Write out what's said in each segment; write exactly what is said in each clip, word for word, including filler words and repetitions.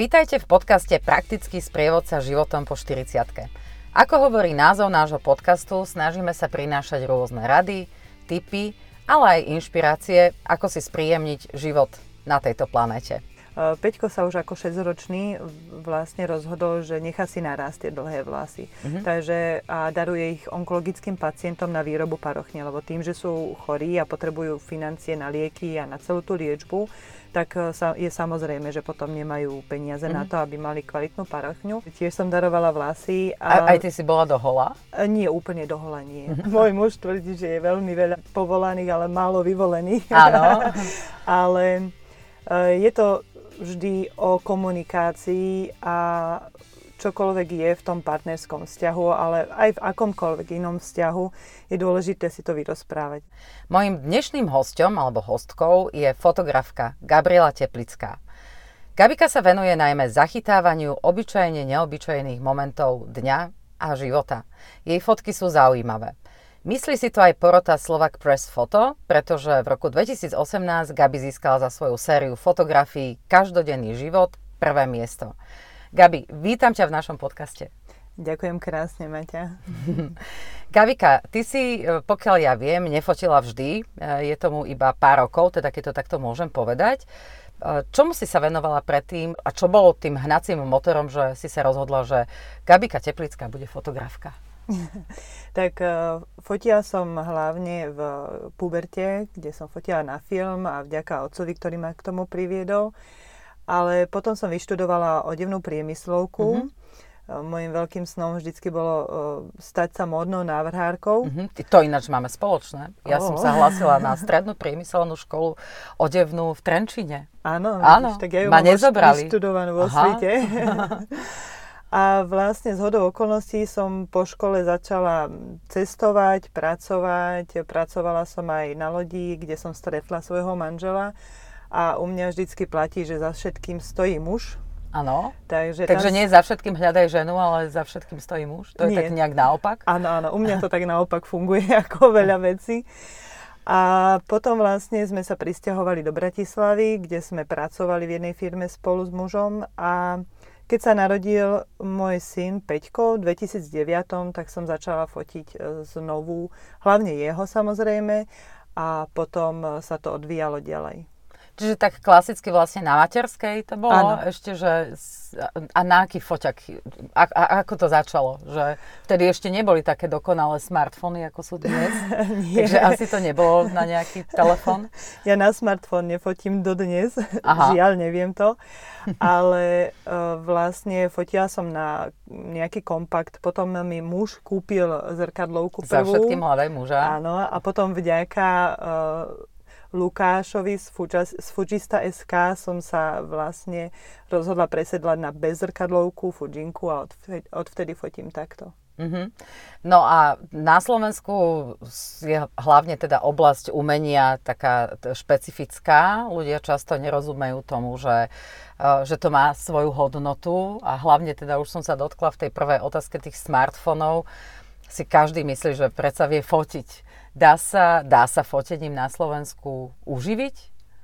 Vítajte v podcaste Praktický sprievodca životom po štyridsiatke. Ako hovorí názov nášho podcastu, snažíme sa prinášať rôzne rady, tipy, ale aj inšpirácie, ako si spríjemniť život na tejto planéte. Peťko sa už ako šesťročný vlastne rozhodol, že nechá si narásť tie dlhé vlasy. Mm-hmm. Takže a daruje ich onkologickým pacientom na výrobu parochne, lebo tým, že sú chorí a potrebujú financie na lieky a na celú tú liečbu, tak je samozrejme, že potom nemajú peniaze mm-hmm. na to, aby mali kvalitnú parochňu. Tiež som darovala vlasy. A... A aj ty si bola do hola? Nie, úplne do hola nie. Mm-hmm. Môj muž tvrdí, že je veľmi veľa povolaných, ale málo vyvolených. Áno. Ale je to vždy o komunikácii a čokoľvek je v tom partnerskom vzťahu, ale aj v akomkoľvek inom vzťahu je dôležité si to vyrozprávať. Mojím dnešným hosťom alebo hostkou je fotografka Gabriela Teplická. Gabika sa venuje najmä zachytávaniu obyčajne neobyčajných momentov dňa a života. Jej fotky sú zaujímavé. Myslí si to aj porota Slovak Press Photo, pretože v roku dvetisícosemnásť Gabi získala za svoju sériu fotografií Každodenný život prvé miesto. Gabi, vítam ťa v našom podcaste. Ďakujem krásne, Maťa. Gabika, ty si, pokiaľ ja viem, nefotila vždy. Je tomu iba pár rokov, teda keď to takto môžem povedať. Čomu si sa venovala predtým a čo bolo tým hnacím motorom, že si sa rozhodla, že Gabika Teplická bude fotografka? Tak fotila som hlavne v puberte, kde som fotila na film a vďaka otcovi, ktorý ma k tomu priviedol. Ale potom som vyštudovala odevnú priemyslovku. Mm-hmm. Mojím veľkým snom vždycky bolo stať sa módnou návrhárkou. Mm-hmm. To ináč máme spoločné. Ja oh. som sa hlásila na strednú priemyselnú školu odevnú v Trenčine. Áno, Áno, vidíš, tak ja ju ma mám nezobrali. Vyštudovanú vo svete. A vlastne zhodou okolností som po škole začala cestovať, pracovať. Pracovala som aj na lodi, kde som stretla svojho manžela. A u mňa vždycky platí, že za všetkým stojí muž. Áno. Takže, Takže tam... nie za všetkým hľadaj ženu, ale za všetkým stojí muž. To je nie. Tak nejak naopak? Áno, áno. U mňa to tak naopak funguje ako veľa vecí. A potom vlastne sme sa prisťahovali do Bratislavy, kde sme pracovali v jednej firme spolu s mužom. A keď sa narodil môj syn Peťko v dvetisícdeväť, tak som začala fotiť znovu, hlavne jeho samozrejme, a potom sa to odvíjalo ďalej. Čiže tak klasicky vlastne na materskej to bolo? Áno. Ešte, že... A na aký foťak? A, a, ako to začalo? Že vtedy ešte neboli také dokonalé smartfóny, ako sú dnes? Takže asi to nebolo na nejaký telefón? Ja na smartfón nefotím dodnes. Aha. Žiaľ, neviem to. Ale uh, vlastne fotila som na nejaký kompakt. Potom mi muž kúpil zrkadlovku prvú. Za všetky mladé muža. Áno. A potom vďaka... Uh, Lukášovi z, Fuji, z Fujista bodka es ká som sa vlastne rozhodla presedlať na bezzrkadlovku Fujinku a odvtedy, odvtedy fotím takto. Mm-hmm. No a na Slovensku je hlavne teda oblasť umenia taká špecifická. Ľudia často nerozumejú tomu, že, že to má svoju hodnotu a hlavne teda už som sa dotkla v tej prvej otázke tých smartfónov. Si každý myslí, že predsa vie fotiť. Dá sa, dá sa fotením na Slovensku uživiť?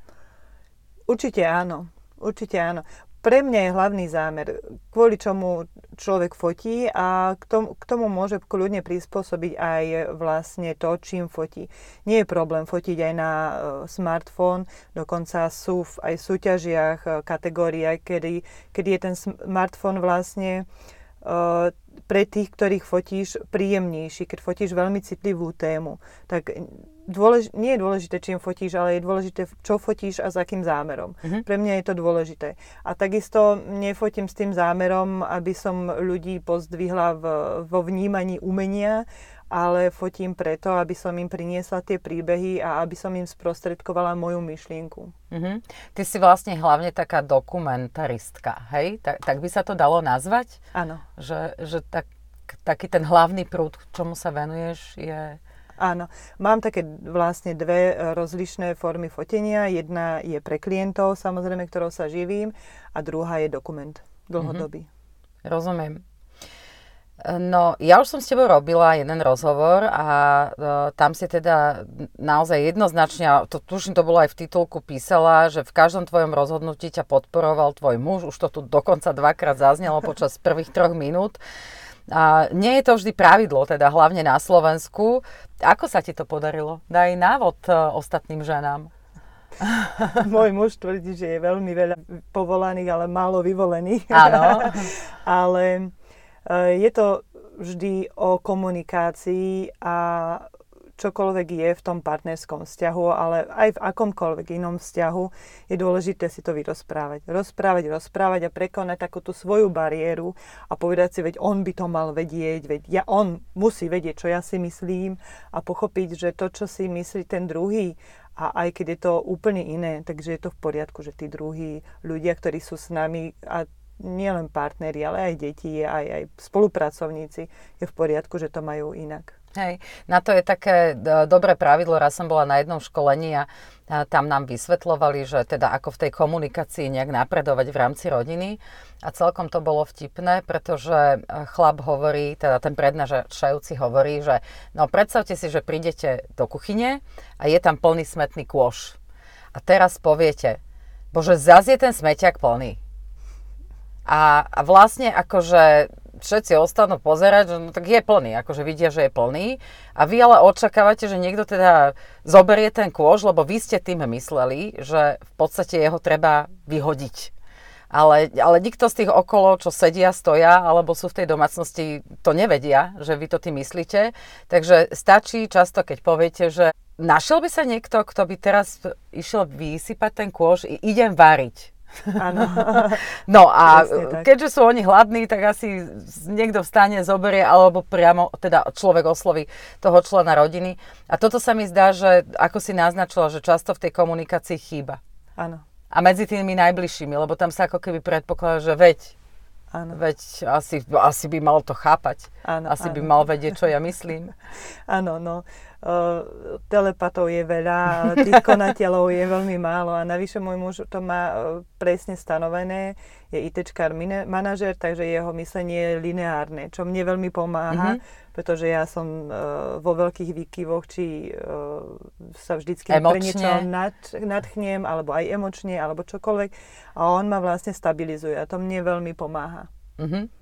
Určite áno. Určite áno. Pre mňa je hlavný zámer, kvôli čomu človek fotí a k tomu, k tomu môže kľudne prispôsobiť aj vlastne to, čím fotí. Nie je problém fotiť aj na uh, smartfón, dokonca sú v, aj v súťažiach uh, kategórie, kedy, kedy je ten smartfón vlastne uh, pre tých, ktorých fotíš, príjemnejší, keď fotíš veľmi citlivú tému. Tak dôlež- nie je dôležité, čím fotíš, ale je dôležité, čo fotíš a s akým zámerom. Mm-hmm. Pre mňa je to dôležité. A takisto nefotím s tým zámerom, aby som ľudí pozdvihla v, vo vnímaní umenia, ale fotím preto, aby som im priniesla tie príbehy a aby som im sprostredkovala moju myšlienku. Mm-hmm. Ty si vlastne hlavne taká dokumentaristka, hej? Tak, tak by sa to dalo nazvať? Áno. Že, že tak, taký ten hlavný prúd, čomu sa venuješ, je... Áno. Mám také vlastne dve rozlišné formy fotenia. Jedna je pre klientov, samozrejme, ktorou sa živím, a druhá je dokument dlhodobý. Mm-hmm. Rozumiem. No, ja už som s tebou robila jeden rozhovor a uh, tam si teda naozaj jednoznačne, a to, tuším, to bolo aj v titulku, písala, že v každom tvojom rozhodnutí ťa podporoval tvoj muž, už to tu dokonca dvakrát zaznelo počas prvých troch minút. A nie je to vždy pravidlo, teda hlavne na Slovensku. Ako sa ti to podarilo? Daj návod uh, ostatným ženám. Môj muž tvrdí, že je veľmi veľa povolaných, ale málo vyvolených. Áno. Ale je to vždy o komunikácii a čokoľvek je v tom partnerskom vzťahu, ale aj v akomkoľvek inom vzťahu je dôležité si to vyrozprávať. Rozprávať, rozprávať a prekonať takú tú svoju bariéru a povedať si, veď on by to mal vedieť, veď ja, on musí vedieť, čo ja si myslím a pochopiť, že to, čo si myslí ten druhý, a aj keď je to úplne iné, takže je to v poriadku, že tí druhí ľudia, ktorí sú s nami, a nielen partneri, ale aj deti, aj, aj spolupracovníci, je v poriadku, že to majú inak. Hej, na to je také dobré pravidlo. Raz som bola na jednom školení a tam nám vysvetľovali, že teda ako v tej komunikácii nejak napredovať v rámci rodiny. A celkom to bolo vtipné, pretože chlap hovorí, teda ten prednášajúci hovorí, že no predstavte si, že prídete do kuchyne a je tam plný smetný kôš. A teraz poviete, bože, zas je ten smeťak plný. A, a vlastne akože všetci ostanú pozerať, že no tak je plný, akože vidia, že je plný. A vy ale očakávate, že niekto teda zoberie ten kôš, lebo vy ste tým mysleli, že v podstate jeho treba vyhodiť. Ale, ale nikto z tých okolo, čo sedia, stoja, alebo sú v tej domácnosti, to nevedia, že vy to tým myslíte. Takže stačí často, keď poviete, že našiel by sa niekto, kto by teraz išiel vysypať ten kôš, idem variť. Áno. No a keďže sú oni hladní, tak asi niekto vstane, zoberie, alebo priamo teda človek osloví toho člena rodiny. A toto sa mi zdá, že ako si naznačila, že často v tej komunikácii chýba. Áno. A medzi tými najbližšími, lebo tam sa ako keby predpokladá, že veď, áno. veď asi, asi by mal to chápať. Áno, asi áno. by mal vedieť, čo ja myslím. Áno, no. Uh, telepatov je veľa, tých konateľov je veľmi málo a navyše môj muž to má uh, presne stanovené, je ITčkár manažer, takže jeho myslenie je lineárne, čo mne veľmi pomáha, mm-hmm. pretože ja som uh, vo veľkých výkyvoch, či uh, sa vždycky emočne. pre niečo nad, nadchnem, alebo aj emočne, alebo čokoľvek a on ma vlastne stabilizuje a to mne veľmi pomáha. Mhm.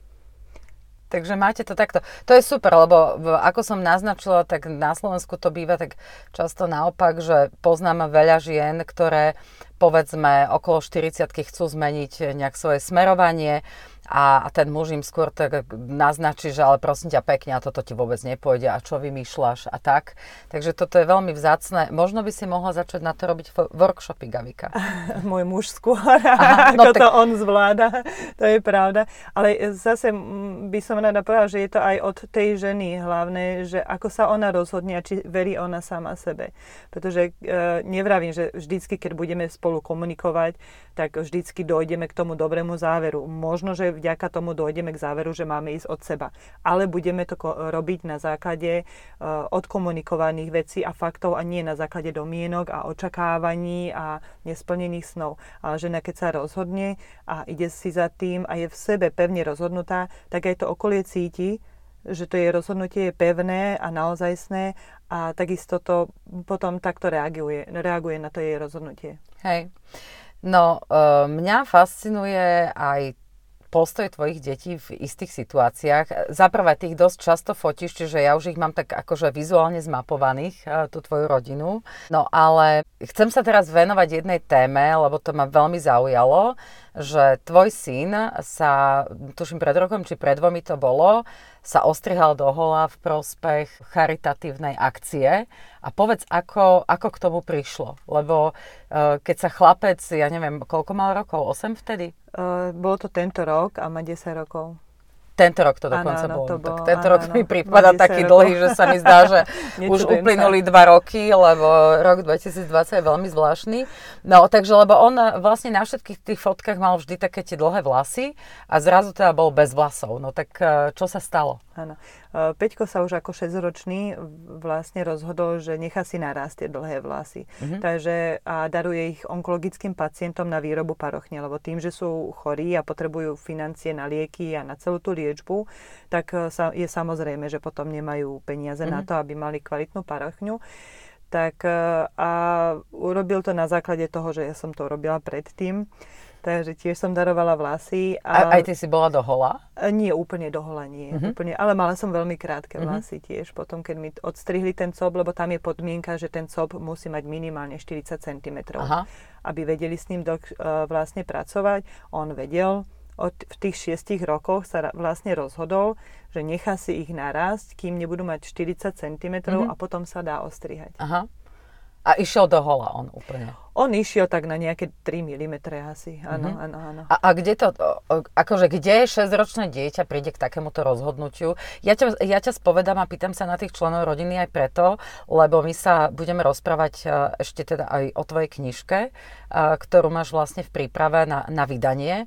Takže máte to takto. To je super, lebo ako som naznačila, tak na Slovensku to býva tak často naopak, že poznáme veľa žien, ktoré povedzme okolo štyridsiatky chcú zmeniť nejak svoje smerovanie a, a ten muž im skôr tak naznačí, že ale prosím ťa pekne a toto ti vôbec nepôjde a čo vymýšľaš a tak. Takže toto je veľmi vzácne. Možno by si mohla začať na to robiť workshopy, Gabika. Môj muž skôr, Aha, no ako tak... to on zvláda, to je pravda. Ale zase by som rada povedala, že je to aj od tej ženy hlavné, že ako sa ona rozhodne a či verí ona sama sebe. Pretože e, nevravím, že vždycky, keď budeme spolu komunikovať, tak vždycky dojdeme k tomu dobrému záveru. Možno, že vďaka tomu dojdeme k záveru, že máme ísť od seba. Ale budeme to ko- robiť na základe uh, odkomunikovaných vecí a faktov a nie na základe domienok a očakávaní a nesplnených snov. Ale žena, keď sa rozhodne a ide si za tým a je v sebe pevne rozhodnutá, tak aj to okolie cíti, že to jej rozhodnutie je pevné a naozajstné a takisto to potom takto reaguje, reaguje na to jej rozhodnutie. Hej. No, uh, mňa fascinuje aj postoj tvojich detí v istých situáciách. Zaprvé, ty ich dosť často fotíš, čiže ja už ich mám tak akože vizuálne zmapovaných, tú tvoju rodinu. No ale chcem sa teraz venovať jednej téme, lebo to ma veľmi zaujalo, že tvoj syn sa, tuším pred rokom, či pred dvomi to bolo, sa ostrihal dohola v prospech charitatívnej akcie. A povedz, ako, ako k tomu prišlo. Lebo uh, keď sa chlapec, ja neviem, koľko mal rokov? osem vtedy? Uh, bolo to tento rok a má desať rokov. Tento rok to dokonca áno, áno, bol. To bolo. Tak tento áno, rok áno, mi prípada taký rokov. Dlhý, že sa mi zdá, že už uplynuli dva roky, lebo rok dvetisícdvadsať je veľmi zvláštny. No, takže, lebo on vlastne na všetkých tých fotkách mal vždy také tie dlhé vlasy a zrazu teda bol bez vlasov. No tak čo sa stalo? Áno. Peťko sa už ako šesťročný vlastne rozhodol, že nechá si narásť tie dlhé vlasy. Mm-hmm. Takže a daruje ich onkologickým pacientom na výrobu parochne, lebo tým, že sú chorí a potrebujú financie na lieky a na celú tú liečbu, tak sa, je samozrejme, že potom nemajú peniaze mm-hmm. na to, aby mali kvalitnú parochňu. Tak a urobil to na základe toho, že ja som to robila predtým. Takže tiež som darovala vlasy. A aj ty si bola do hola? Nie, úplne do hola nie. Uh-huh. Úplne, ale mala som veľmi krátke vlasy uh-huh. tiež. Potom, keď mi odstrihli ten cop, lebo tam je podmienka, že ten cop musí mať minimálne štyridsať centimetrov. Aha. Aby vedeli s ním do, uh, vlastne pracovať. On vedel. Od, v tých šiestich rokoch sa vlastne rozhodol, že nechá si ich narásť, kým nebudú mať štyridsať centimetrov uh-huh. a potom sa dá ostrihať. Aha. A išiel do hola on úplne? On išiel tak na nejaké tri milimetre asi, áno, mm-hmm. áno, áno. A, a kde to, akože kde šesťročné dieťa príde k takémuto rozhodnutiu? Ja ťa, ja ťa spovedám a pýtam sa na tých členov rodiny aj preto, lebo my sa budeme rozprávať ešte teda aj o tvojej knižke, ktorú máš vlastne v príprave na, na vydanie.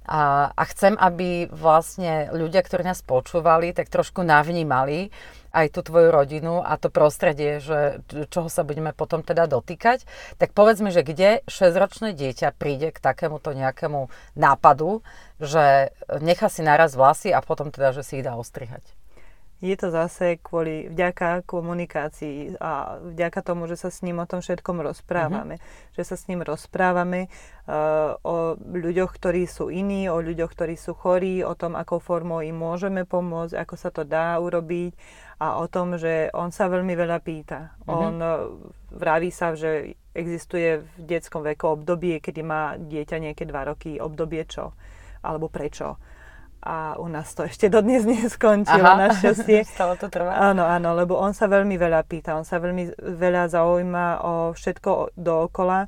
A, a chcem, aby vlastne ľudia, ktorí nás počúvali, tak trošku navnímali aj tú tvoju rodinu a to prostredie, že čoho sa budeme potom teda dotýkať. Tak povedz mi, že kde šesťročné dieťa príde k takémuto nejakému nápadu, že nechá si naraz vlasy a potom teda, že si ich dá ostrihať. Je to zase kvôli, vďaka komunikácii a vďaka tomu, že sa s ním o tom všetkom rozprávame. Mm-hmm. Že sa s ním rozprávame uh, o ľuďoch, ktorí sú iní, o ľuďoch, ktorí sú chorí, o tom, akou formou im môžeme pomôcť, ako sa to dá urobiť a o tom, že on sa veľmi veľa pýta. Mm-hmm. On uh, vraví sa, že existuje v detskom veku obdobie, kedy má dieťa nejaké dva roky, obdobie čo? Alebo prečo? A u nás to ešte dodnes neskončilo, našťastie. Stále to trvá. Áno, áno, lebo on sa veľmi veľa pýta, on sa veľmi veľa zaujíma o všetko dookola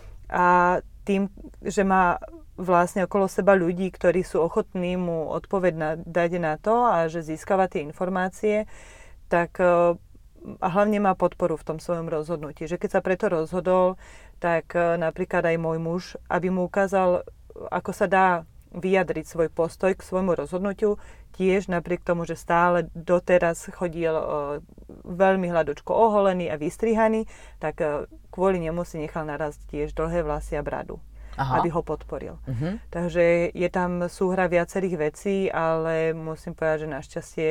a tým, že má vlastne okolo seba ľudí, ktorí sú ochotní mu odpoveď na, dať na to a že získava tie informácie, tak a hlavne má podporu v tom svojom rozhodnutí. Že keď sa preto rozhodol, tak napríklad aj môj muž, aby mu ukázal, ako sa dá vyjadriť svoj postoj k svojmu rozhodnutiu, tiež napriek tomu, že stále doteraz chodil uh, veľmi hľadočko oholený a vystrihaný, tak uh, kvôli nemu si nechal narásť tiež dlhé vlasy a bradu, Aha. aby ho podporil. Uh-huh. Takže je tam súhra viacerých vecí, ale musím povedať, že našťastie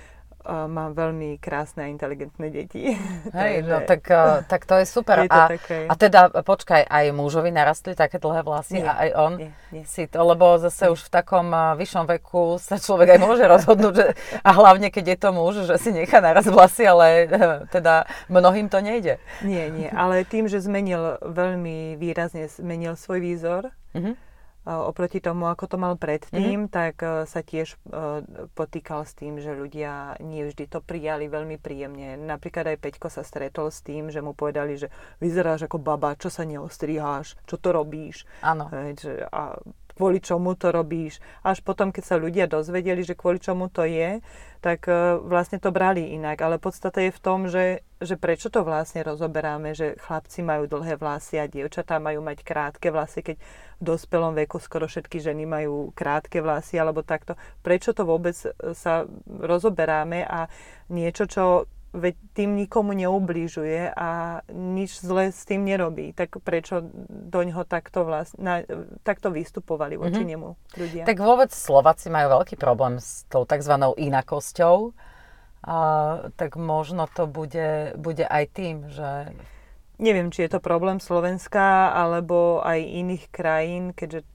Uh, mám veľmi krásne a inteligentné deti. Hej, no tak, uh, tak to je super. Je to a, také... a teda, počkaj, aj mužovi narastli také dlhé vlasy nie, a aj on nie, nie. si to, lebo zase nie. už v takom uh, vyššom veku sa človek aj môže rozhodnúť, že, a hlavne keď je to muž, že si nechá narast vlasy, ale uh, teda mnohým to nejde. Nie, nie, ale tým, že zmenil veľmi výrazne, zmenil svoj výzor, uh-huh. oproti tomu, ako to mal predtým, mm-hmm. tak uh, sa tiež uh, potýkal s tým, že ľudia nie vždy to prijali veľmi príjemne. Napríklad aj Peťko sa stretol s tým, že mu povedali, že vyzeráš ako baba, čo sa neostriháš, čo to robíš. Áno. Hej, a kvôli čomu to robíš. Až potom, keď sa ľudia dozvedeli, že kvôli čomu to je, tak uh, vlastne to brali inak. Ale podstata je v tom, že, že prečo to vlastne rozoberáme, že chlapci majú dlhé vlasy a dievčatá majú mať krátke vlasy, keď v dospelom veku skoro všetky ženy majú krátke vlasy alebo takto. Prečo to vôbec sa rozoberáme a niečo, čo veď tým nikomu neublížuje a nič zle s tým nerobí. Tak prečo do ňoho takto, vlast, na, takto vystupovali voči mm-hmm. nemu ľudia? Tak vôbec Slováci majú veľký problém s tou takzvanou inakosťou. A, tak možno to bude, bude aj tým, že... Neviem, či je to problém Slovenska alebo aj iných krajín, keďže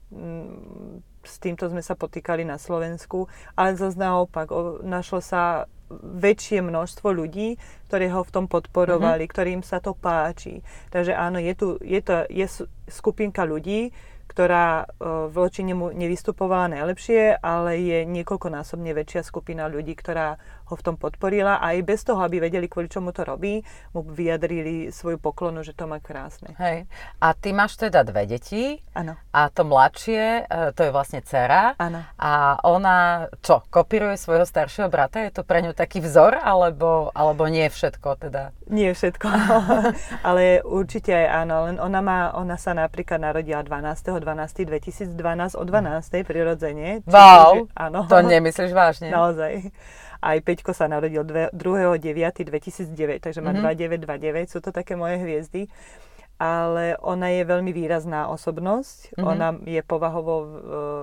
m, s týmto sme sa potýkali na Slovensku, ale zase naopak, o, našlo sa väčšie množstvo ľudí, ktorí ho v tom podporovali, mm-hmm. ktorým sa to páči. Takže áno, je tu je to, je skupinka ľudí, ktorá uh, voči nemu nevystupovala najlepšie, ale je niekoľkonásobne väčšia skupina ľudí, ktorá ho v tom podporila a aj bez toho, aby vedeli, kvôli čomu to robí, mu vyjadrili svoju poklonu, že to má krásne. Hej. A ty máš teda dve deti. Áno. A to mladšie, to je vlastne dcera. Áno. A ona, čo, kopíruje svojho staršieho brata? Je to pre ňu taký vzor, alebo, alebo nie všetko teda? Nie všetko, ale určite aj áno. Len ona, má, ona sa napríklad narodila dvanásteho dvanásteho dvetisícdvanásť o dvanástej prirodzene. Wow, áno. To nemyslíš vážne? Naozaj. Aj Peťko sa narodil druhého deviateho dvetisícdeväť, takže má mm-hmm. dvadsaťdeväť dvadsaťdeväť, sú to také moje hviezdy. Ale ona je veľmi výrazná osobnosť. Mm-hmm. Ona je povahovo e,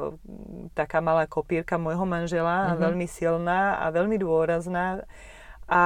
taká malá kopírka môjho manžela, mm-hmm. veľmi silná a veľmi dôrazná. A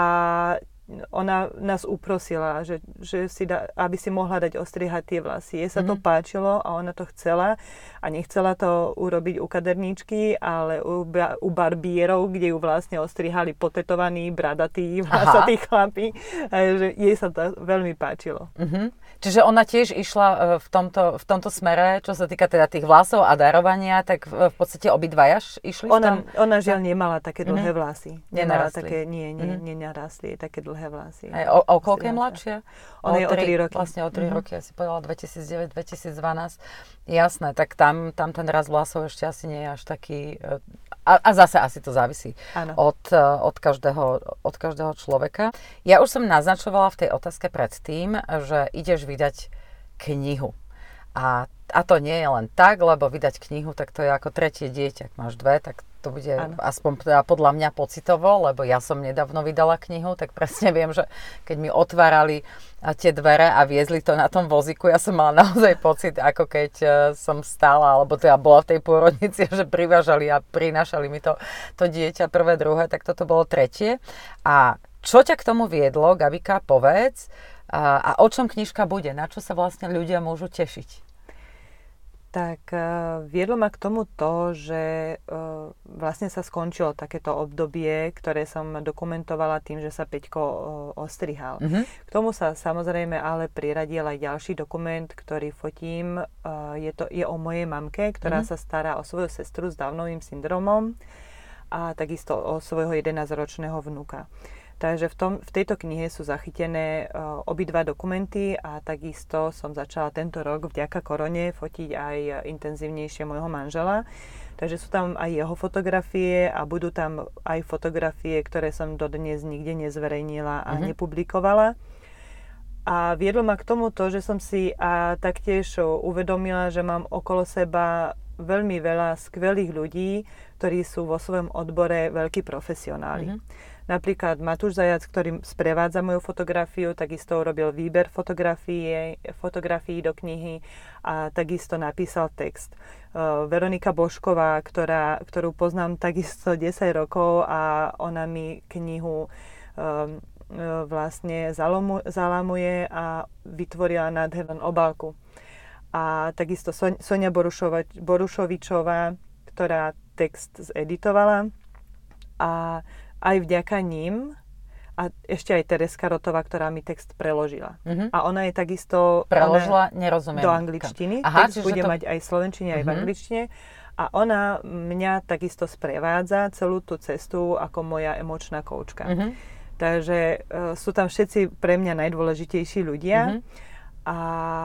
ona nás uprosila, že, že si da, aby si mohla dať ostrihať tie vlasy. Jej sa mm-hmm. to páčilo a ona to chcela a nechcela to urobiť u kaderníčky, ale u, u barbierov, kde ju vlastne ostrihali potetovaní, bradatí, vlasatí chlapi. Že jej sa to veľmi páčilo. Mm-hmm. Čiže ona tiež išla v tomto, v tomto smere, čo sa týka teda tých vlasov a darovania, tak v podstate obidvaja išli ona, v tom? Ona žiaľ nemala také dlhé mm-hmm. vlasy. Nemala nenarastli. také, nie, nie, mm-hmm. nenarastli také dlhé vlasy. Aj, o, o koľko je mladšia? Ona je o tri roky. Vlastne o tri mm-hmm. roky, ja si povedala dvetisícdeväť dvetisícdvanásť. Jasné, tak tam, tam ten rast vlasov ešte asi nie je až taký... A, a zase asi to závisí od, od, každého, od každého človeka. Ja už som naznačovala v tej otázke predtým, že ideš vydať knihu. A, a to nie je len tak, lebo vydať knihu, tak to je ako tretie dieťa. Ak máš dve, tak to bude ano. Aspoň teda podľa mňa pocitovo, lebo ja som nedávno vydala knihu, tak presne viem, že keď mi otvárali tie dvere a viezli to na tom vozíku, ja som mala naozaj pocit, ako keď som stála, alebo teda bola v tej pôrodnici, že privážali a prinášali mi to, to dieťa prvé, druhé, tak toto bolo tretie. A čo ťa k tomu viedlo, Gabika, povedz, a, a o čom knižka bude? Na čo sa vlastne ľudia môžu tešiť? Tak uh, viedlo ma k tomu to, že uh, vlastne sa skončilo takéto obdobie, ktoré som dokumentovala tým, že sa Peťko uh, ostrihal. Mm-hmm. K tomu sa samozrejme ale priradil aj ďalší dokument, ktorý fotím. Uh, je, to, je o mojej mamke, ktorá mm-hmm. sa stará o svoju sestru s Downovým syndromom a takisto o svojho jedenásťročného vnuka. Takže v, tom, v tejto knihe sú zachytené uh, obidva dokumenty a takisto som začala tento rok vďaka korone fotiť aj intenzívnejšie môjho manžela. Takže sú tam aj jeho fotografie a budú tam aj fotografie, ktoré som dodnes nikde nezverejnila a mm-hmm. nepublikovala. A viedlo ma k tomu to, že som si a taktiež uvedomila, že mám okolo seba veľmi veľa skvelých ľudí, ktorí sú vo svojom odbore veľkí profesionáli. Mm-hmm. Napríklad Matúš Zajac, ktorý sprevádza moju fotografiu, takisto urobil výber fotografie, fotografií do knihy a takisto napísal text. Uh, Veronika Božková, ktorá, ktorú poznám takisto desať rokov a ona mi knihu um, vlastne zalomu, zalamuje a vytvorila nádhernú obálku. A takisto Son- Sonia Borušova, Borušovičová, ktorá text zeditovala a aj vďaka ním a ešte aj Tereska Rotová, ktorá mi text preložila. Mm-hmm. A ona je takisto... Preložila, nerozumiem. Do angličtiny. Aha, text bude to... mať aj v slovenčine, aj mm-hmm. v angličtine. A ona mňa takisto sprevádza celú tú cestu ako moja emočná koučka. Mm-hmm. Takže uh, sú tam všetci pre mňa najdôležitejší ľudia. Mm-hmm. A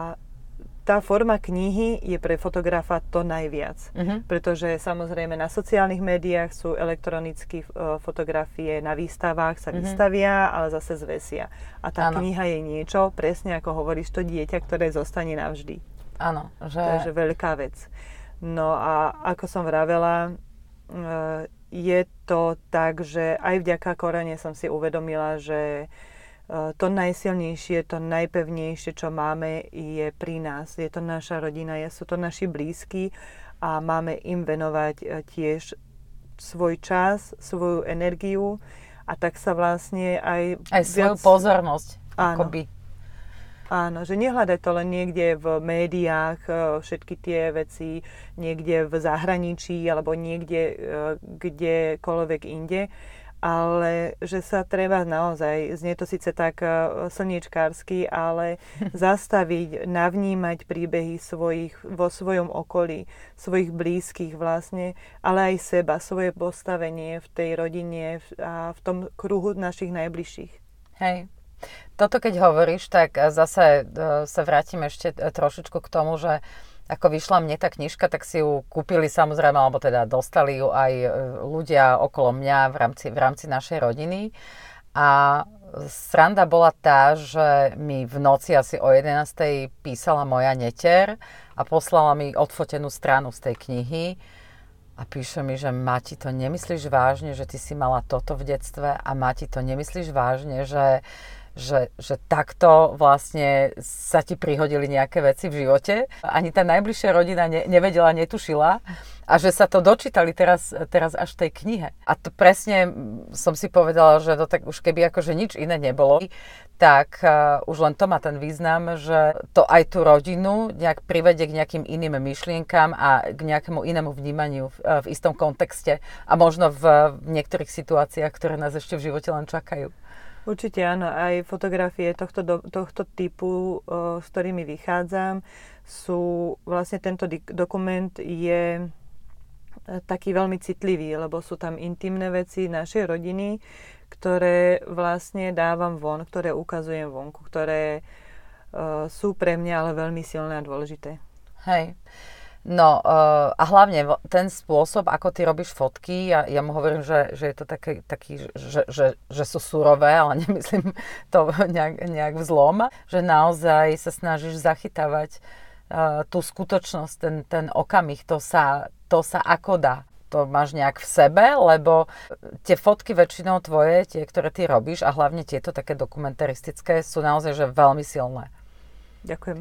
tá forma knihy je pre fotografa to najviac. Uh-huh. Pretože samozrejme na sociálnych médiách sú elektronické uh, fotografie, na výstavách sa uh-huh. vystavia, ale zase zvesia. A tá ano. Kniha je niečo, presne ako hovoríš, to dieťa, ktoré zostane navždy. Áno. Že... To je veľká vec. No a ako som vravela, uh, je to tak, že aj vďaka korone som si uvedomila, že to najsilnejšie, to najpevnejšie, čo máme, je pri nás. Je to naša rodina, sú to naši blízki a máme im venovať tiež svoj čas, svoju energiu a tak sa vlastne aj... Aj svoju viac... pozornosť. Áno. Akoby. Áno, že nehľadaj to len niekde v médiách, všetky tie veci, niekde v zahraničí alebo niekde kdekoľvek inde, ale že sa treba naozaj, znie to síce tak slniečkársky, ale zastaviť, navnímať príbehy svojich, vo svojom okolí, svojich blízkych vlastne, ale aj seba, svoje postavenie v tej rodine a v tom kruhu našich najbližších. Hej. Toto keď hovoríš, tak zase sa vrátim ešte trošičku k tomu, že ako vyšla mne tá knižka, tak si ju kúpili samozrejme, alebo teda dostali ju aj ľudia okolo mňa v rámci, v rámci našej rodiny. A sranda bola tá, že mi v noci asi o jedenástej písala moja neter a poslala mi odfotenú stranu z tej knihy. A píše mi, že Mati, to nemyslíš vážne, že ty si mala toto v detstve a Mati, to nemyslíš vážne, že, že, že takto vlastne sa ti prihodili nejaké veci v živote. Ani tá najbližšia rodina ne, nevedela, netušila a že sa to dočítali teraz, teraz až v tej knihe. A to presne som si povedala, že to tak už keby akože nič iné nebolo, tak uh, už len to má ten význam, že to aj tú rodinu nejak privedie k nejakým iným myšlienkam a k nejakému inému vnímaniu v, uh, v istom kontexte a možno v, v niektorých situáciách, ktoré nás ešte v živote len čakajú. Určite áno, aj fotografie tohto, do, tohto typu, uh, s ktorými vychádzam, sú, vlastne tento di- dokument je taký veľmi citlivý, lebo sú tam intimné veci našej rodiny, ktoré vlastne dávam von, ktoré ukazujem vonku, ktoré uh, sú pre mňa ale veľmi silné a dôležité. Hej. No uh, a hlavne ten spôsob, ako ty robíš fotky, ja, ja mu hovorím, že, že je to taký, taký že, že, že sú surové, ale nemyslím to nejak, nejak vzlom, že naozaj sa snažíš zachytávať uh, tú skutočnosť, ten, ten okamih, to sa, to sa ako dá. To máš nejak v sebe, lebo tie fotky väčšinou tvoje, tie, ktoré ty robíš a hlavne tieto také dokumentaristické sú naozaj že veľmi silné. Ďakujem.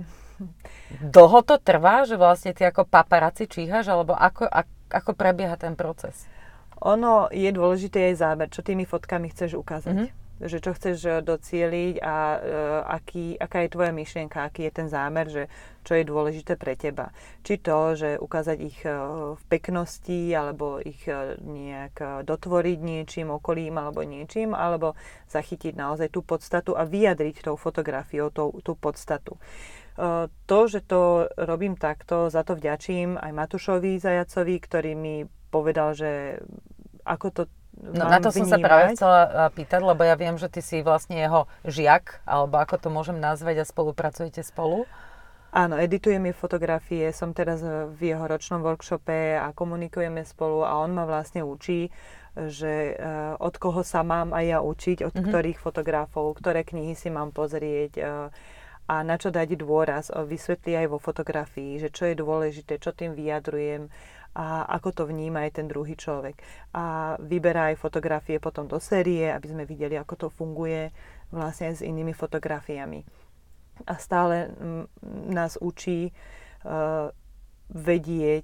Dlho to trvá, že vlastne ty ako paparazzi číhaš, alebo ako, ako, ako prebieha ten proces? Ono je dôležité aj záber, čo tými fotkami chceš ukázať. Mm-hmm. Že čo chceš docieliť a uh, aký, aká je tvoja myšlienka, aký je ten zámer, že čo je dôležité pre teba. Či to, že ukázať ich uh, v peknosti, alebo ich uh, nejak uh, dotvoriť niečím, okolím, alebo niečím, alebo zachytiť naozaj tú podstatu a vyjadriť tou fotografiou tú, tú podstatu. Uh, to, že to robím takto, za to vďačím aj Matúšovi Zajacovi, ktorý mi povedal, že ako to No, na to vnímať. Som sa práve chcela pýtať, lebo ja viem, že ty si vlastne jeho žiak, alebo ako to môžem nazvať, a spolupracujete spolu? Áno, editujem jej fotografie, som teraz v jeho ročnom workshope a komunikujeme spolu a on ma vlastne učí, že uh, od koho sa mám aj ja učiť, od mm-hmm. ktorých fotografov, ktoré knihy si mám pozrieť uh, a na čo dať dôraz. Vysvetlí aj vo fotografii, že čo je dôležité, čo tým vyjadrujem a ako to vníma aj ten druhý človek. A vyberá aj fotografie potom do série, aby sme videli, ako to funguje vlastne s inými fotografiami. A stále m, nás učí uh, vedieť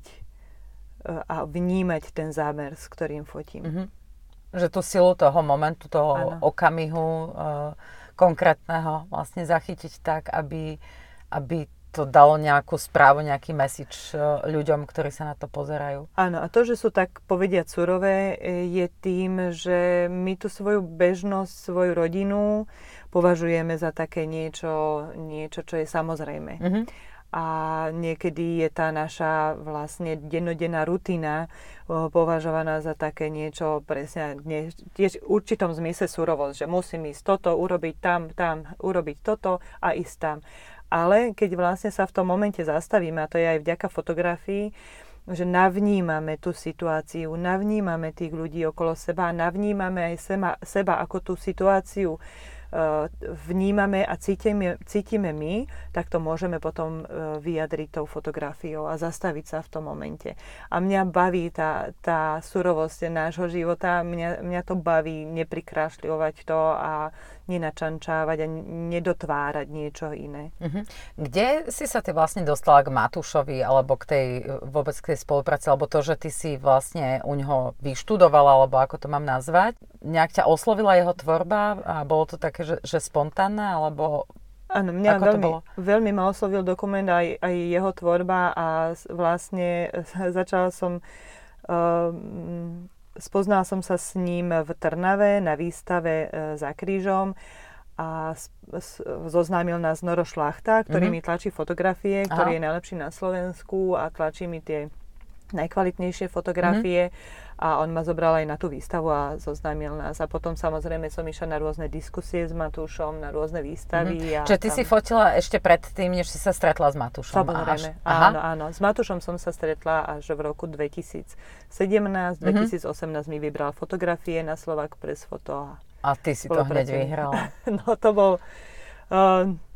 uh, a vnímať ten zámer, s ktorým fotím. Mm-hmm. Že tú silu toho momentu, toho ano. okamihu uh, konkrétneho vlastne zachytiť tak, aby, aby to dalo nejakú správu, nejaký message ľuďom, ktorí sa na to pozerajú. Áno, a to, že sú tak povediať surové, je tým, že my tú svoju bežnosť, svoju rodinu považujeme za také niečo, niečo čo je samozrejme. Mm-hmm. A niekedy je tá naša vlastne dennodenná rutina považovaná za také niečo presne tiež v určitom zmysle surovosť, že musím ísť toto, urobiť tam, tam, urobiť toto a ísť tam. Ale keď vlastne sa v tom momente zastavíme, a to je aj vďaka fotografii, že navnímame tú situáciu, navnímame tých ľudí okolo seba, navnímame aj seba, seba ako tú situáciu vnímame a cítime, cítime my, tak to môžeme potom vyjadriť tou fotografiou a zastaviť sa v tom momente. A mňa baví tá, tá surovosť nášho života, mňa, mňa to baví neprikrášľovať to a nenačančávať a nedotvárať niečo iné. Uh-huh. Kde si sa ty vlastne dostala k Matúšovi alebo k tej vôbec k tej spolupráci, alebo to, že ty si vlastne u ňoho vyštudovala, alebo ako to mám nazvať? Nejak ťa oslovila jeho tvorba a bolo to také, že, že spontánne, alebo áno, mňa veľmi, veľmi ma oslovil dokument aj, aj jeho tvorba a vlastne začala som um, spoznala som sa s ním v Trnave na výstave e, Za krížom a s, s, zoznámil nás Noro Šlachta, ktorý mm-hmm. mi tlačí fotografie, ktorý Aha. je najlepší na Slovensku a tlačí mi tie najkvalitnejšie fotografie mm-hmm. a on ma zobral aj na tú výstavu a zoznámil nás. A potom samozrejme som išla na rôzne diskusie s Matúšom, na rôzne výstavy. Mm-hmm. A Čiže ty tam... si fotila ešte predtým, než si sa stretla s Matúšom? Samozrejme, áno, áno. S Matúšom som sa stretla až v roku dvetisícsedemnásť, mm-hmm. dvetisícosemnásť mi vybral fotografie na Slovak Press Photo. A ty si to hneď vyhrala. No to bol... Uh,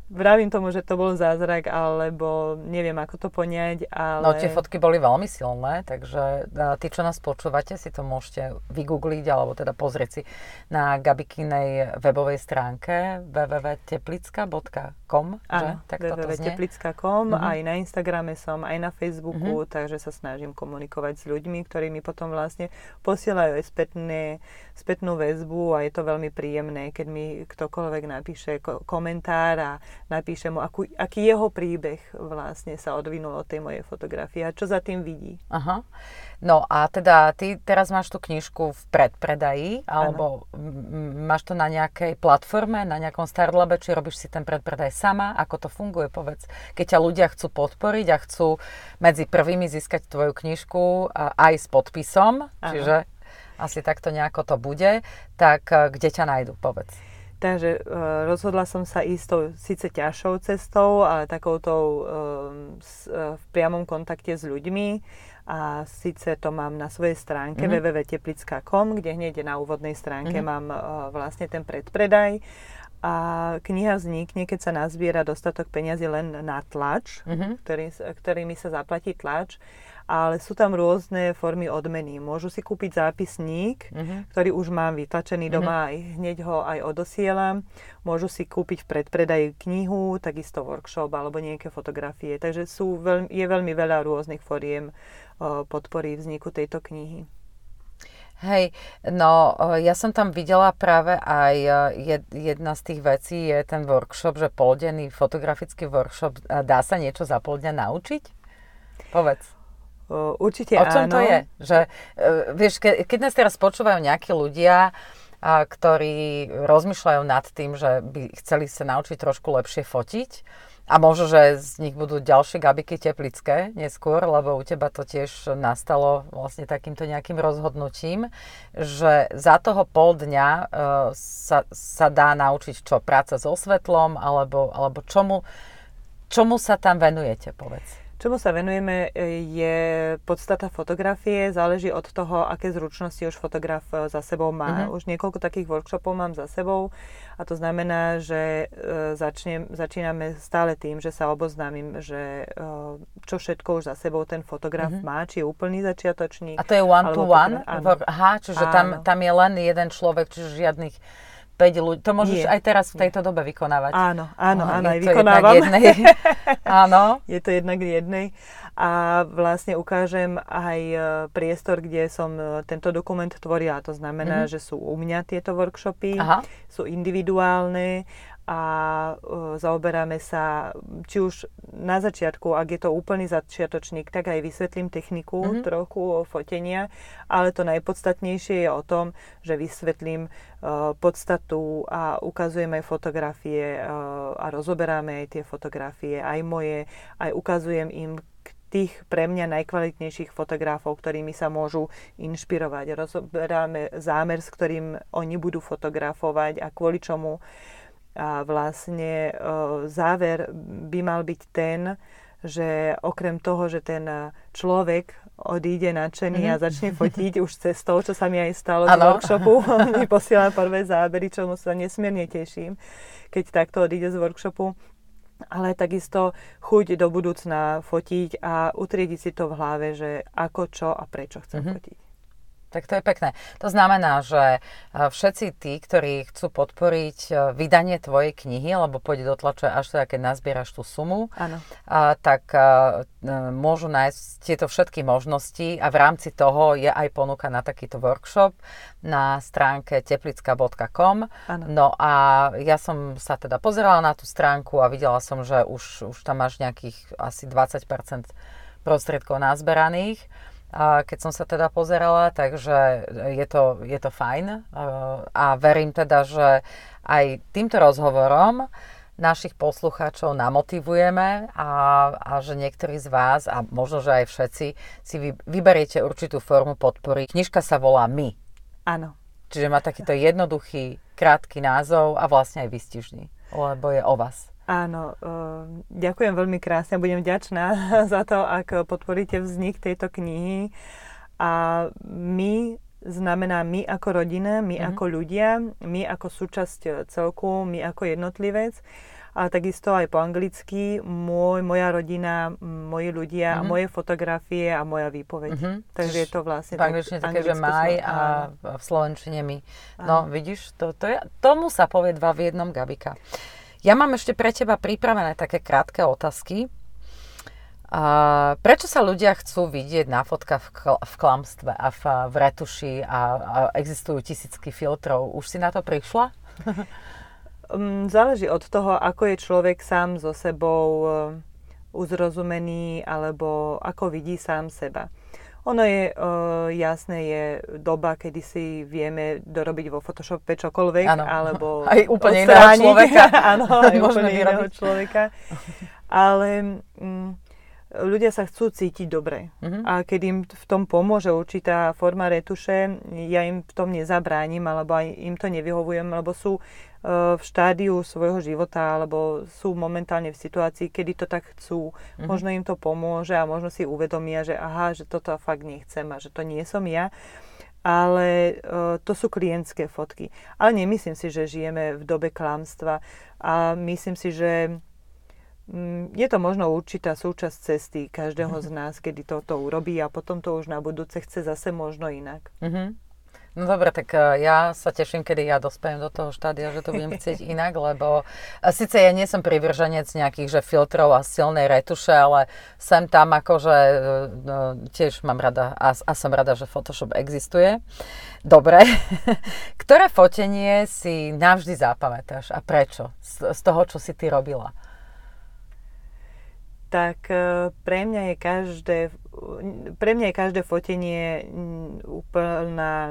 vravím tomu, že to bol zázrak, alebo neviem, ako to poňať, ale... No tie fotky boli veľmi silné, takže tí, čo nás počúvate, si to môžete vygoogliť, alebo teda pozrieť si na Gabikinej webovej stránke w w w bodka teplicka bodka com. Áno, tak w w w bodka teplicka bodka com, uh-huh. Aj na Instagrame som, aj na Facebooku, uh-huh. Takže sa snažím komunikovať s ľuďmi, ktorí mi potom vlastne posielajú aj spätné, spätnú väzbu a je to veľmi príjemné, keď mi ktokoľvek napíše ko- komentár a napíše mu, akú, aký jeho príbeh vlastne sa odvinul od tej mojej fotografie a čo za tým vidí. Aha. No a teda ty teraz máš tú knižku v predpredaji, alebo m- máš to na nejakej platforme, na nejakom Startlabe, či robíš si ten predpredaj sama? Ako to funguje, povedz? Keď ťa ľudia chcú podporiť a chcú medzi prvými získať tvoju knižku aj s podpisom, ano. Čiže asi takto nejako to bude, tak kde ťa nájdu, povedz? Takže e, rozhodla som sa ísť tou síce ťažšou cestou, ale takouto e, s, e, v priamom kontakte s ľuďmi. A síce to mám na svojej stránke mm-hmm. w w w bodka teplicka bodka com, kde hneď na úvodnej stránke mm-hmm. mám e, vlastne ten predpredaj. A kniha vznikne, keď sa nazbiera dostatok peňazí len na tlač, mm-hmm. ktorý, ktorými sa zaplatí tlač. Ale sú tam rôzne formy odmeny. Môžu si kúpiť zápisník, uh-huh. ktorý už mám vytlačený doma, uh-huh. aj hneď ho aj odosielam. Môžu si kúpiť v predpredaji knihu, takisto workshop alebo nejaké fotografie. Takže sú veľmi, je veľmi veľa rôznych foriem uh, podpory vzniku tejto knihy. Hej, no ja som tam videla práve aj jed, jedna z tých vecí je ten workshop, že poldenný fotografický workshop. Dá sa niečo za pol dňa naučiť? Povedz. Uh, určite áno. O čom to je? Že, uh, vieš, ke, keď nás teraz počúvajú nejakí ľudia, uh, ktorí rozmýšľajú nad tým, že by chceli sa naučiť trošku lepšie fotiť a možno, že z nich budú ďalšie Gabiky teplické neskôr, lebo u teba to tiež nastalo vlastne takýmto nejakým rozhodnutím, že za toho pol dňa uh, sa, sa dá naučiť čo? Práca so svetlom alebo, alebo čomu, čomu sa tam venujete, povedz? Čomu sa venujeme je podstata fotografie, záleží od toho, aké zručnosti už fotograf za sebou má. Uh-huh. Už niekoľko takých workshopov mám za sebou a to znamená, že začnem, začíname stále tým, že sa oboznámim, že čo všetko už za sebou ten fotograf uh-huh. má, či je úplný začiatočník. A to je one to one? Áno. Aha, čiže tam, tam je len jeden človek, čiže žiadnych päť ľudí. To môžeš nie, aj teraz v tejto nie. dobe vykonávať. Áno, áno, oh, áno, aj vykonávam. Áno. Je to jednak jednej. A vlastne ukážem aj priestor, kde som tento dokument tvorila. To znamená, mm-hmm. že sú u mňa tieto workshopy, Aha. sú individuálne a uh, zaoberáme sa, či už na začiatku, ak je to úplný začiatočník, tak aj vysvetlím techniku mm-hmm. trochu fotenia, ale to najpodstatnejšie je o tom, že vysvetlím uh, podstatu a ukazujem aj fotografie uh, a rozoberáme aj tie fotografie, aj moje, aj ukazujem im tých pre mňa najkvalitnejších fotografov, ktorými sa môžu inšpirovať. Rozoberáme zámer, s ktorým oni budú fotografovať a kvôli čomu. A vlastne e, záver by mal byť ten, že okrem toho, že ten človek odíde nadšený mm-hmm. a začne fotiť už cestou, čo sa mi aj stalo z workshopu, mi posiela prvé zábery, čomu sa nesmierne teším, keď takto odíde z workshopu. Ale takisto chuť do budúcna fotiť a utriediť si to v hlave, že ako, čo a prečo chcem mm-hmm. fotiť. Tak to je pekné. To znamená, že všetci tí, ktorí chcú podporiť vydanie tvojej knihy, lebo pôjde do tlače až teda, keď nazbieraš tú sumu, Áno. A, tak a, môžu nájsť tieto všetky možnosti a v rámci toho je aj ponuka na takýto workshop na stránke teplicka bodka com. Áno. No a ja som sa teda pozerala na tú stránku a videla som, že už, už tam máš nejakých asi dvadsať percent prostriedkov nazberaných. Keď som sa teda pozerala, takže je to, je to fajn a verím teda, že aj týmto rozhovorom našich poslucháčov namotivujeme a, a že niektorí z vás a možno, že aj všetci si vy, vyberiete určitú formu podpory. Knižka sa volá My. Áno. Čiže má takýto jednoduchý, krátky názov a vlastne aj výstižný, lebo je o vás. Áno, uh, ďakujem veľmi krásne, budem vďačná za to, ak podporíte vznik tejto knihy. A my znamená my ako rodina, my mm-hmm. ako ľudia, my ako súčasť celku, my ako jednotlivec. a takisto aj po anglicky, môj, moja rodina, moji ľudia, mm-hmm. moje fotografie a moja výpoveď. Mm-hmm. Takže je to vlastne v angličtine také, že maj a v slovenčine my. No, vidíš, to, to je, tomu sa povie dva v jednom, Gabika. Ja mám ešte pre teba pripravené také krátke otázky. A prečo sa ľudia chcú vidieť na fotkách v, kl- v klamstve a v, v retuši a, a existujú tisícky filtrov? Už si na to prišla? Záleží od toho, ako je človek sám so sebou uzrozumený alebo ako vidí sám seba. Ono je uh, jasné, je doba, kedy si vieme dorobiť vo Photoshope čokoľvek, ano. Alebo aj úplne iného človeka. Áno, aj úplne iného človeka. Ale um, ľudia sa chcú cítiť dobre. Uh-huh. A keď im v tom pomôže určitá forma retuše, ja im v tom nezabránim, alebo aj im to nevyhovujem, lebo sú uh, v štádiu svojho života, alebo sú momentálne v situácii, kedy to tak chcú. Uh-huh. Možno im to pomôže a možno si uvedomia, že aha, že toto fakt nechcem a že to nie som ja. Ale uh, to sú klientské fotky. Ale nemyslím si, že žijeme v dobe klamstva a myslím si, že je to možno určitá súčasť cesty každého z nás, kedy toto urobí a potom to už na budúce chce zase možno inak. Mm-hmm. No dobre, tak ja sa teším, kedy ja dospejem do toho štádia, že to budem chcieť inak, lebo síce ja nie som privrženec nejakých že filtrov a silnej retuše, ale sem tam akože no, tiež mám rada a, a som rada, že Photoshop existuje. Dobre. Ktoré fotenie si navždy zapamätáš a prečo? Z, z toho, čo si ty robila? Tak pre mňa je každé, pre mňa je každé fotenie úplná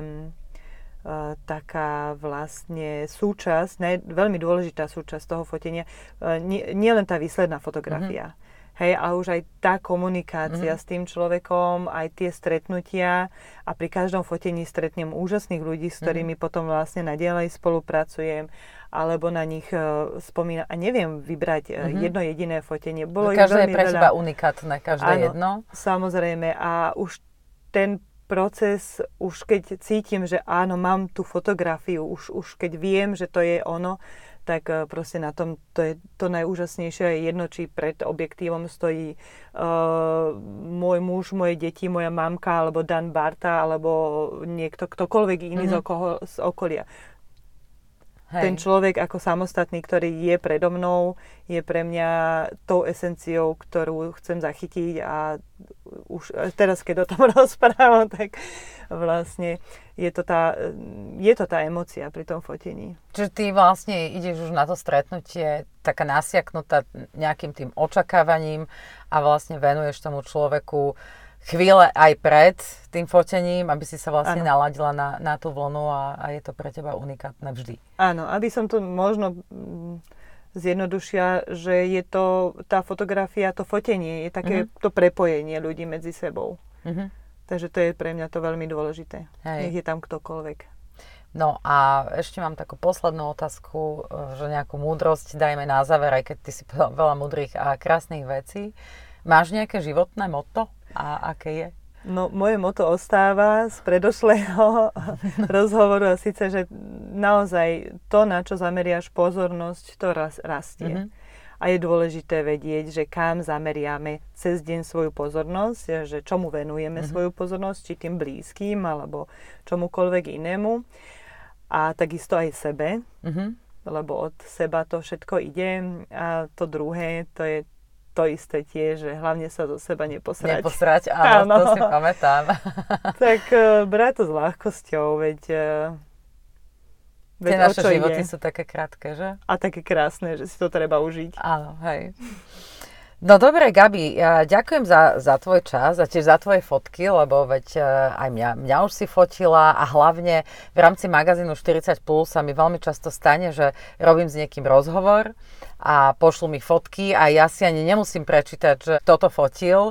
taká vlastne súčasť, ne, veľmi dôležitá súčasť toho fotenia. Nie, nie len tá výsledná fotografia, mm-hmm. hej, ale už aj tá komunikácia mm-hmm. s tým človekom, aj tie stretnutia a pri každom fotení stretnem úžasných ľudí, s ktorými mm-hmm. potom vlastne naďalej spolupracujem alebo na nich uh, spomínam. A neviem vybrať uh, mm-hmm. jedno jediné fotenie. Bolo no, každé je pre teba unikátne, každé áno, jedno. Samozrejme. A už ten proces, už keď cítim, že áno, mám tú fotografiu, už, už keď viem, že to je ono, tak uh, proste na tom to je to najúžasnejšie. Je jedno, či pred objektívom stojí uh, môj muž, moje deti, moja mamka, alebo Dan Barta, alebo niekto, ktokoľvek iný mm-hmm. z, okolo, z okolia. Hej. Ten človek ako samostatný, ktorý je predo mnou, je pre mňa tou esenciou, ktorú chcem zachytiť a už teraz, keď o tom rozprávam, tak vlastne je to tá, je to tá emócia pri tom fotení. Čiže ty vlastne ideš už na to stretnutie taká nasiaknutá nejakým tým očakávaním a vlastne venuješ tomu človeku chvíle aj pred tým fotením, aby si sa vlastne ano. naladila na, na tú vlnu a, a je to pre teba unikátne vždy. Áno, aby som to možno zjednodušia, že je to tá fotografia, to fotenie, je také mm-hmm. to prepojenie ľudí medzi sebou. Mm-hmm. Takže to je pre mňa to veľmi dôležité. Hej. Nech je tam ktokoľvek. No a ešte mám takú poslednú otázku, že nejakú múdrosť dajme na záver, aj keď ty si povedal veľa múdrych a krásnych vecí. Máš nejaké životné motto? A aké je? No, moje motto ostáva z predošlého rozhovoru a síce, že naozaj to, na čo zameriaš pozornosť, to ras, rastie. Mm-hmm. A je dôležité vedieť, že kam zameriame cez deň svoju pozornosť, že čomu venujeme mm-hmm. svoju pozornosť, či tým blízkym, alebo čomukoľvek inému. A takisto aj sebe, mm-hmm. lebo od seba to všetko ide. A to druhé, to je to isté tiež, že hlavne sa zo seba neposrať. Neposrať, áno, áno. To si pamätám. Tak uh, brať to s ľahkosťou, veď... Uh, veď tie naše životy ide. Sú také krátke, že? A také krásne, že si to treba užiť. Áno, hej. No dobre, Gabi, ja ďakujem za, za tvoj čas a tiež za tvoje fotky, lebo veď aj mňa, mňa už si fotila a hlavne v rámci magazínu štyridsať plus sa mi veľmi často stane, že robím s niekým rozhovor a pošlu mi fotky a ja si ani nemusím prečítať, že kto to fotil,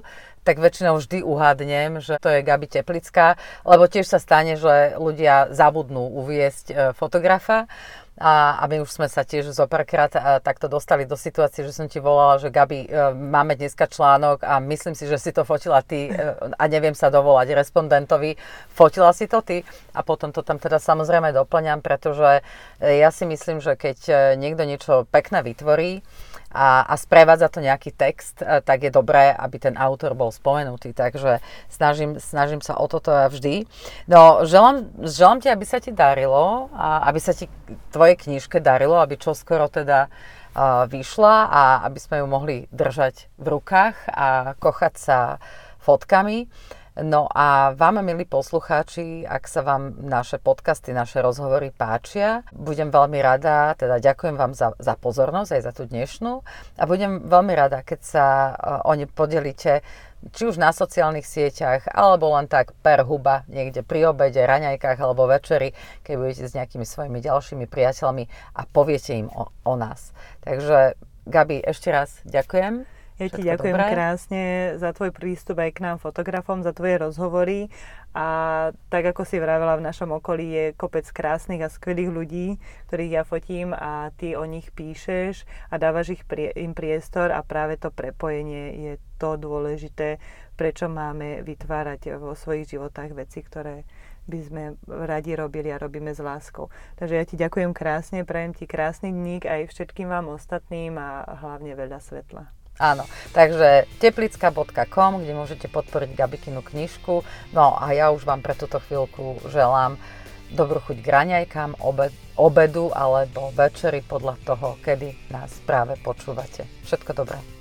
tak väčšinou vždy uhádnem, že to je Gabi Teplická, lebo tiež sa stane, že ľudia zabudnú uviesť fotografa. A, a my už sme sa tiež zopárkrát takto dostali do situácie, že som ti volala, že Gabi, e, máme dneska článok a myslím si, že si to fotila ty e, a neviem sa dovolať respondentovi. Fotila si to ty? A potom to tam teda samozrejme doplňam, pretože ja si myslím, že keď niekto niečo pekné vytvorí, a, a sprevádza to nejaký text, tak je dobré, aby ten autor bol spomenutý. Takže snažím, snažím sa o toto vždy. No, želám, želám ti, aby sa ti darilo a aby sa ti tvojej knižke darilo, aby čoskoro teda uh, vyšla a aby sme ju mohli držať v rukách a kochať sa fotkami. No a vám, milí poslucháči, ak sa vám naše podcasty, naše rozhovory páčia, budem veľmi rada, teda ďakujem vám za, za pozornosť aj za tú dnešnú a budem veľmi rada, keď sa uh, o ne podelíte či už na sociálnych sieťach, alebo len tak per huba, niekde pri obede, raňajkách alebo večeri, keď budete s nejakými svojimi ďalšími priateľmi a poviete im o, o nás. Takže Gabi, ešte raz ďakujem. Ja ti ďakujem dobré. krásne za tvoj prístup aj k nám fotografom, za tvoje rozhovory a tak ako si vravela, v našom okolí je kopec krásnych a skvelých ľudí, ktorých ja fotím a ty o nich píšeš a dávaš ich prie, im priestor a práve to prepojenie je to dôležité, prečo máme vytvárať vo svojich životách veci, ktoré by sme radi robili a robíme s láskou. Takže ja ti ďakujem krásne, prajem ti krásny dník aj všetkým vám ostatným a hlavne veľa svetla. Áno, takže teplicka bodka com, kde môžete podporiť Gabikinu knižku. No a ja už vám pre túto chvíľku želám dobrú chuť k raňajkám, obed, obedu alebo večeri podľa toho, kedy nás práve počúvate. Všetko dobré.